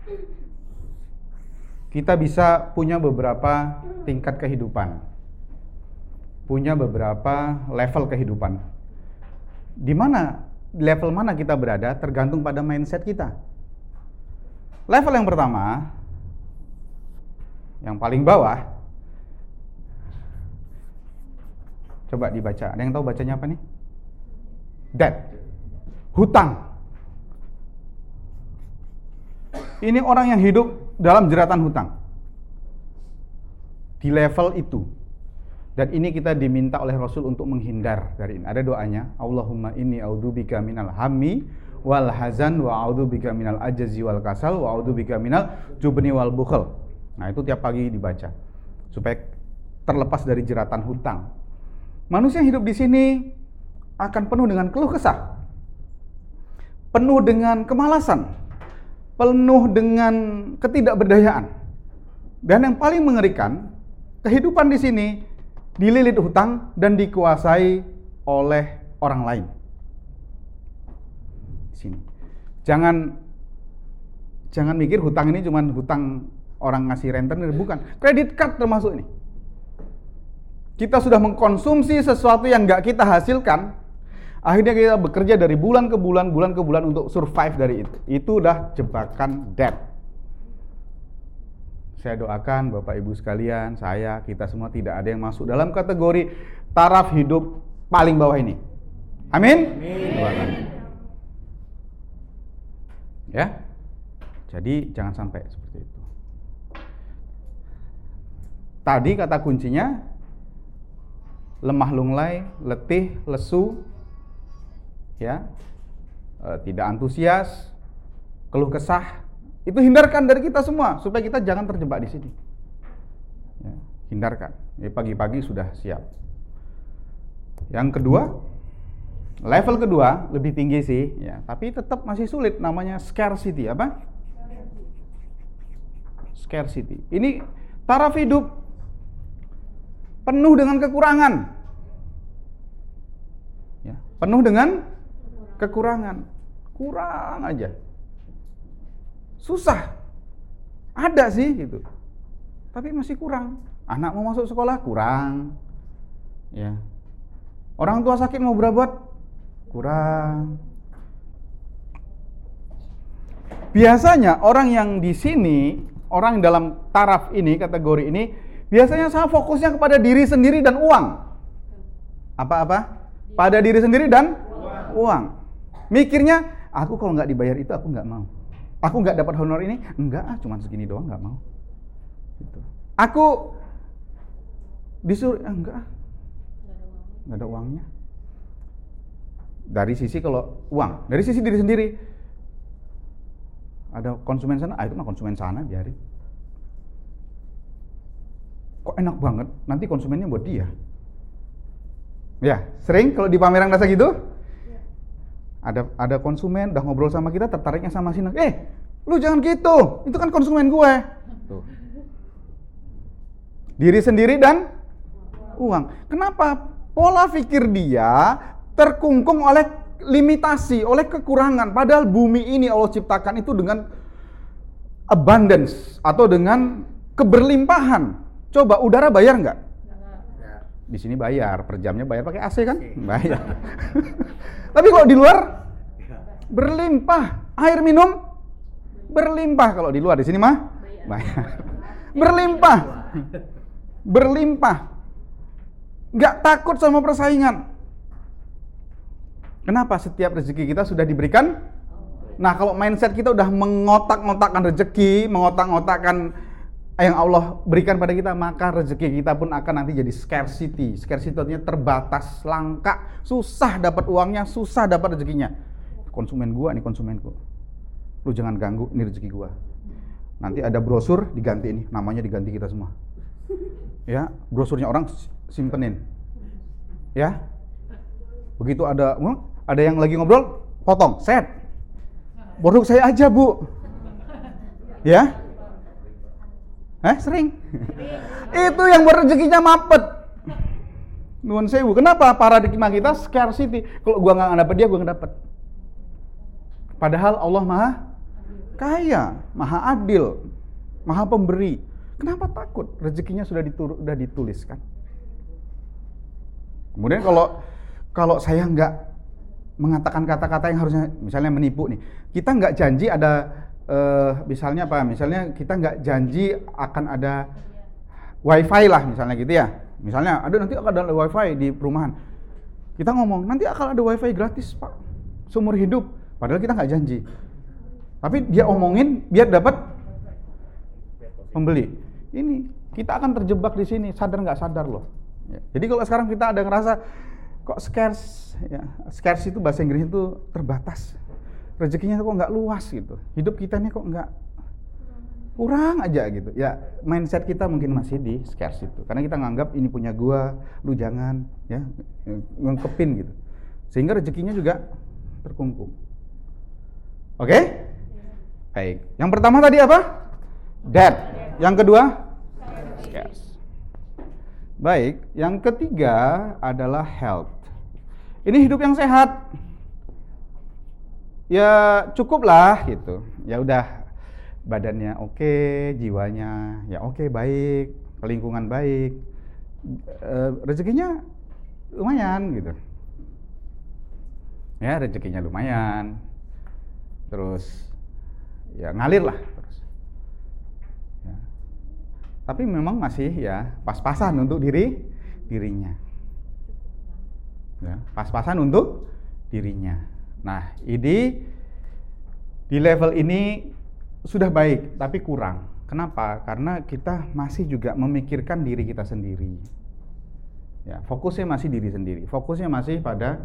Kita bisa punya beberapa tingkat kehidupan, punya beberapa level kehidupan. Di mana, level mana kita berada tergantung pada mindset kita. Level yang pertama, yang paling bawah, coba dibaca. Ada yang tahu bacanya apa nih? Debt, hutang. Ini orang yang hidup dalam jeratan hutang. Di level itu. Dan ini kita diminta oleh Rasul untuk menghindar dari ini. Ada doanya, Allahumma inni a'udzubika minal hammi wal hazan wa a'udzubika minal ajzi wal kasal wa a'udzubika minal jubni wal bukhl. Nah, itu tiap pagi dibaca supaya terlepas dari jeratan hutang. Manusia yang hidup di sini akan penuh dengan keluh kesah, penuh dengan kemalasan, penuh dengan ketidakberdayaan. Dan yang paling mengerikan, kehidupan di sini dililit hutang dan dikuasai oleh orang lain. Di sini. Jangan mikir hutang ini cuma hutang orang ngasih rentenir, bukan. Kredit card termasuk ini. Kita sudah mengkonsumsi sesuatu yang nggak kita hasilkan. Akhirnya kita bekerja dari bulan ke bulan untuk survive dari itu. Itu udah jebakan debt. Saya doakan Bapak Ibu sekalian, kita semua tidak ada yang masuk dalam kategori taraf hidup paling bawah ini. Amin? Amin. Ya. Jadi jangan sampai seperti itu. Tadi kata kuncinya lemah lunglai, letih, lesu, ya, tidak antusias, keluh kesah, itu hindarkan dari kita semua supaya kita jangan terjebak di sini. Ya, hindarkan. Ya, pagi-pagi sudah siap. Yang kedua, level kedua lebih tinggi sih, ya, tapi tetap masih sulit. Namanya scarcity. Apa? Scarcity. Ini taraf hidup penuh dengan kekurangan. Ya, penuh dengan kekurangan. Kurang aja. Susah. Ada sih gitu. Tapi masih kurang. Anak mau masuk sekolah kurang. Ya. Orang tua sakit mau berobat kurang. Biasanya orang yang di sini, orang dalam taraf ini, kategori ini, biasanya sama fokusnya kepada diri sendiri dan uang. Apa-apa? Pada diri sendiri dan uang. Mikirnya, aku kalau nggak dibayar itu aku nggak mau. Aku nggak dapat honor ini, enggak, cuma segini doang, nggak mau. Gitu. Aku disuruh, enggak, nggak ada uangnya. Dari sisi kalau uang, dari sisi diri sendiri, ada konsumen sana, itu mah konsumen sana, biarin. Kok enak banget, nanti konsumennya buat dia. Ya, sering kalau di pameran rasa gitu, ada konsumen udah ngobrol sama kita, tertariknya sama sini. Lu jangan gitu, itu kan konsumen gue. Tuh. Diri sendiri dan uang. Kenapa? Pola pikir dia terkungkung oleh limitasi, oleh kekurangan. Padahal bumi ini Allah ciptakan itu dengan abundance atau dengan keberlimpahan. Coba udara bayar nggak? Di sini bayar, per jamnya bayar pakai AC kan? Bayar. Tapi kalau di luar berlimpah, air minum berlimpah. Kalau di luar, di sini mah bayar. Berlimpah. Berlimpah. Nggak takut sama persaingan. Kenapa? Setiap rezeki kita sudah diberikan. Nah, kalau mindset kita udah mengotak-ngotakkan rezeki, mengotak-ngotakkan yang Allah berikan pada kita, maka rezeki kita pun akan nanti jadi scarcity. Scarcity artinya terbatas, langka, susah dapat uangnya, susah dapat rezekinya. Konsumen gua nih, konsumenku. Lu jangan ganggu, ini rezeki gua. Nanti ada brosur diganti ini, namanya diganti kita semua. Ya, brosurnya orang simpenin. Ya. Begitu ada yang lagi ngobrol, potong, set. Produk saya aja, Bu. Ya. Sering. Itu yang rezekinya mapet. Nuwun sewu. Kenapa? Paradigma kita scarcity. Kalau gua nggak dapet dia, gua nggak dapet. Padahal Allah Maha kaya, maha adil, maha pemberi. Kenapa takut? Rezekinya sudah dituliskan. Kemudian kalau saya nggak mengatakan kata-kata yang harusnya, misalnya menipu nih, kita nggak janji ada misalnya apa? Misalnya kita nggak janji akan ada wifi lah, misalnya gitu ya. Misalnya nanti akan ada wifi di perumahan. Kita ngomong nanti akan ada wifi gratis Pak, seumur hidup. Padahal kita nggak janji. Tapi dia omongin biar dapat pembeli. Ini kita akan terjebak di sini, sadar nggak sadar loh. Ya. Jadi kalau sekarang kita ada ngerasa kok scarce, ya, scarce itu bahasa Inggris itu terbatas. Rezekinya kok nggak luas gitu. Hidup kita ini kok nggak kurang aja gitu. Ya mindset kita mungkin masih di scarce itu. Karena kita nganggap ini punya gua, lu jangan, ya ngengkepin gitu. Sehingga rezekinya juga terkungkung. Oke? Baik. Yang pertama tadi apa? Debt. Yang kedua? Scarce. Baik. Yang ketiga adalah health. Ini hidup yang sehat. Ya cukup lah gitu. Ya udah badannya oke, jiwanya ya oke, baik, lingkungan baik. Rezekinya lumayan gitu. Ya rezekinya lumayan. Terus ya ngalir lah terus. Ya. Tapi memang masih ya pas-pasan untuk dirinya. Ya, pas-pasan untuk dirinya. Nah, ini di level ini sudah baik, tapi kurang. Kenapa? Karena kita masih juga memikirkan diri kita sendiri. Ya, fokusnya masih diri sendiri. Fokusnya masih pada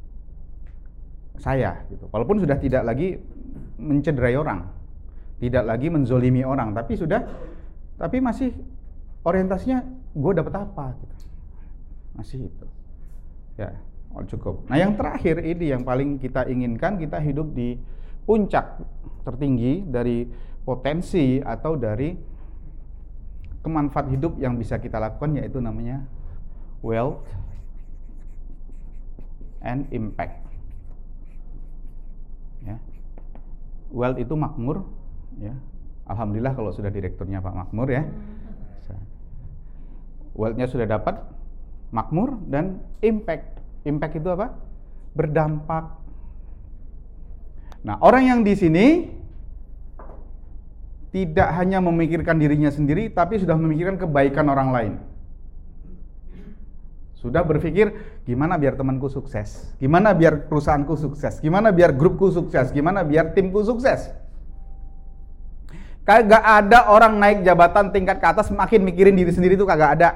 saya gitu. Walaupun sudah tidak lagi mencederai orang, tidak lagi menzolimi orang, tapi masih orientasinya gue dapat apa gitu. Masih itu. Ya, cukup. Nah, yang terakhir ini yang paling kita inginkan, kita hidup di puncak tertinggi dari potensi atau dari kemanfaat hidup yang bisa kita lakukan, yaitu namanya wealth and impact. Ya. Wealth itu makmur, ya. Alhamdulillah kalau sudah direkturnya Pak Makmur ya. Wealth-nya sudah dapat, makmur, dan impact. Impact itu apa? Berdampak. Nah, orang yang di sini tidak hanya memikirkan dirinya sendiri, tapi sudah memikirkan kebaikan orang lain. Sudah berpikir, gimana biar temanku sukses? Gimana biar perusahaanku sukses? Gimana biar grupku sukses? Gimana biar timku sukses? Kagak ada orang naik jabatan tingkat ke atas makin mikirin diri sendiri, itu kagak ada.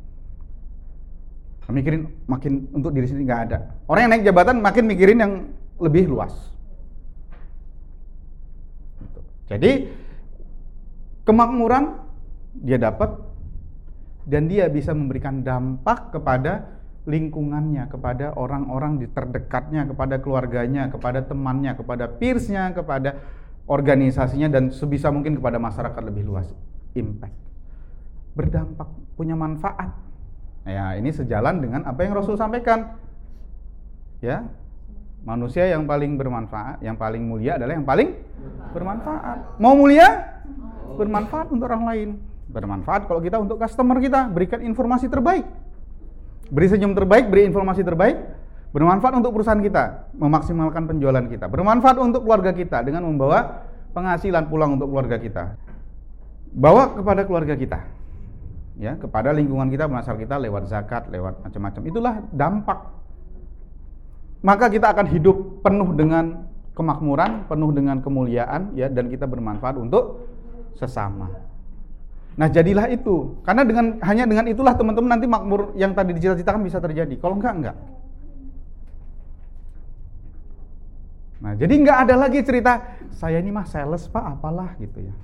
Mikirin makin untuk diri sendiri nggak ada. Orang yang naik jabatan makin mikirin yang lebih luas. Jadi kemakmuran dia dapat dan dia bisa memberikan dampak kepada lingkungannya, kepada orang-orang di terdekatnya, kepada keluarganya, kepada temannya, kepada peersnya, kepada organisasinya, dan sebisa mungkin kepada masyarakat lebih luas. Impact, berdampak, punya manfaat. Ya, ini sejalan dengan apa yang Rasul sampaikan. Ya, manusia yang paling bermanfaat, yang paling mulia adalah yang paling bermanfaat. Mau mulia? Bermanfaat untuk orang lain. Bermanfaat kalau kita untuk customer kita, berikan informasi terbaik. Beri senyum terbaik, beri informasi terbaik. Bermanfaat untuk perusahaan kita, memaksimalkan penjualan kita. Bermanfaat untuk keluarga kita dengan membawa penghasilan pulang untuk keluarga kita. Bawa kepada keluarga kita. Ya, kepada lingkungan kita, masyarakat kita, lewat zakat, lewat macam-macam. Itulah dampak. Maka kita akan hidup penuh dengan kemakmuran, penuh dengan kemuliaan, ya, dan kita bermanfaat untuk sesama. Nah, jadilah itu. Karena hanya dengan itulah teman-teman nanti makmur yang tadi dicita-citakan bisa terjadi. Kalau enggak. Nah, jadi enggak ada lagi cerita saya ini mah sales Pak, apalah gitu ya.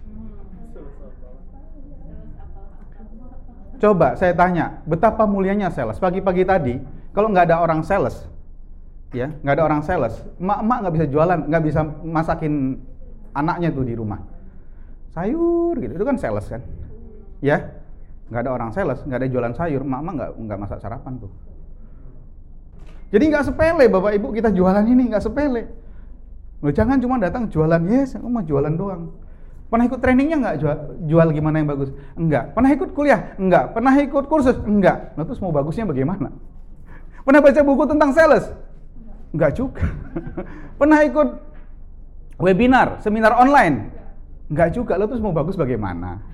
Coba saya tanya, betapa mulianya sales. Pagi-pagi tadi, kalau nggak ada orang sales, ya, nggak ada orang sales, emak-emak nggak bisa jualan, nggak bisa masakin anaknya tuh di rumah. Sayur gitu, itu kan sales kan, ya. Nggak ada orang sales, nggak ada jualan sayur, emak-emak nggak masak sarapan tuh. Jadi nggak sepele Bapak Ibu kita jualan ini, nggak sepele. Loh, jangan cuma datang jualan, yes, aku mau jualan doang. Pernah ikut trainingnya nggak, jual gimana yang bagus? Enggak. Pernah ikut kuliah? Enggak. Pernah ikut kursus? Enggak. Nah, terus mau bagusnya bagaimana? Pernah baca buku tentang sales? Enggak juga. Pernah ikut webinar, seminar online? Enggak juga. Lalu terus mau bagus bagaimana?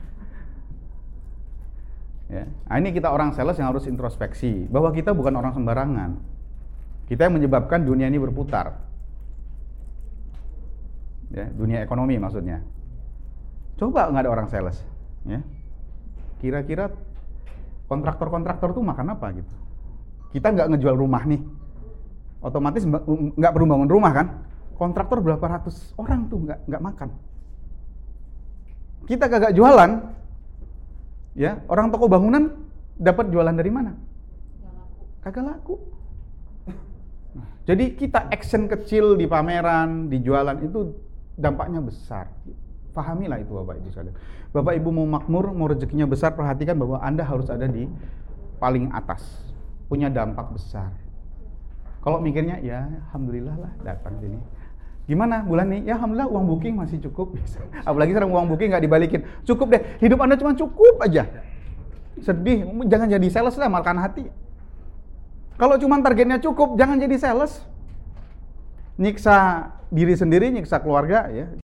Ya. Nah, ini kita orang sales yang harus introspeksi bahwa kita bukan orang sembarangan. Kita yang menyebabkan dunia ini berputar. Ya, dunia ekonomi maksudnya. Coba nggak ada orang sales, ya. Kira-kira kontraktor tuh makan apa gitu? Kita nggak ngejual rumah nih, otomatis nggak perlu bangun rumah kan? Kontraktor berapa ratus orang tuh nggak makan. Kita kagak jualan, ya. Orang toko bangunan dapat jualan dari mana? Kagak laku. Jadi kita action kecil di pameran, di jualan itu dampaknya besar. Pahamilah itu Bapak Ibu sekalian. Bapak Ibu mau makmur, mau rezekinya besar, perhatikan bahwa Anda harus ada di paling atas. Punya dampak besar. Kalau mikirnya, ya alhamdulillah lah datang sini. Gimana bulan ini? Ya alhamdulillah uang booking masih cukup. Apalagi sekarang uang booking nggak dibalikin. Cukup deh, hidup Anda cuma cukup aja. Sedih, jangan jadi sales lah, makan hati. Kalau cuma targetnya cukup, jangan jadi sales. Nyiksa diri sendiri, nyiksa keluarga, ya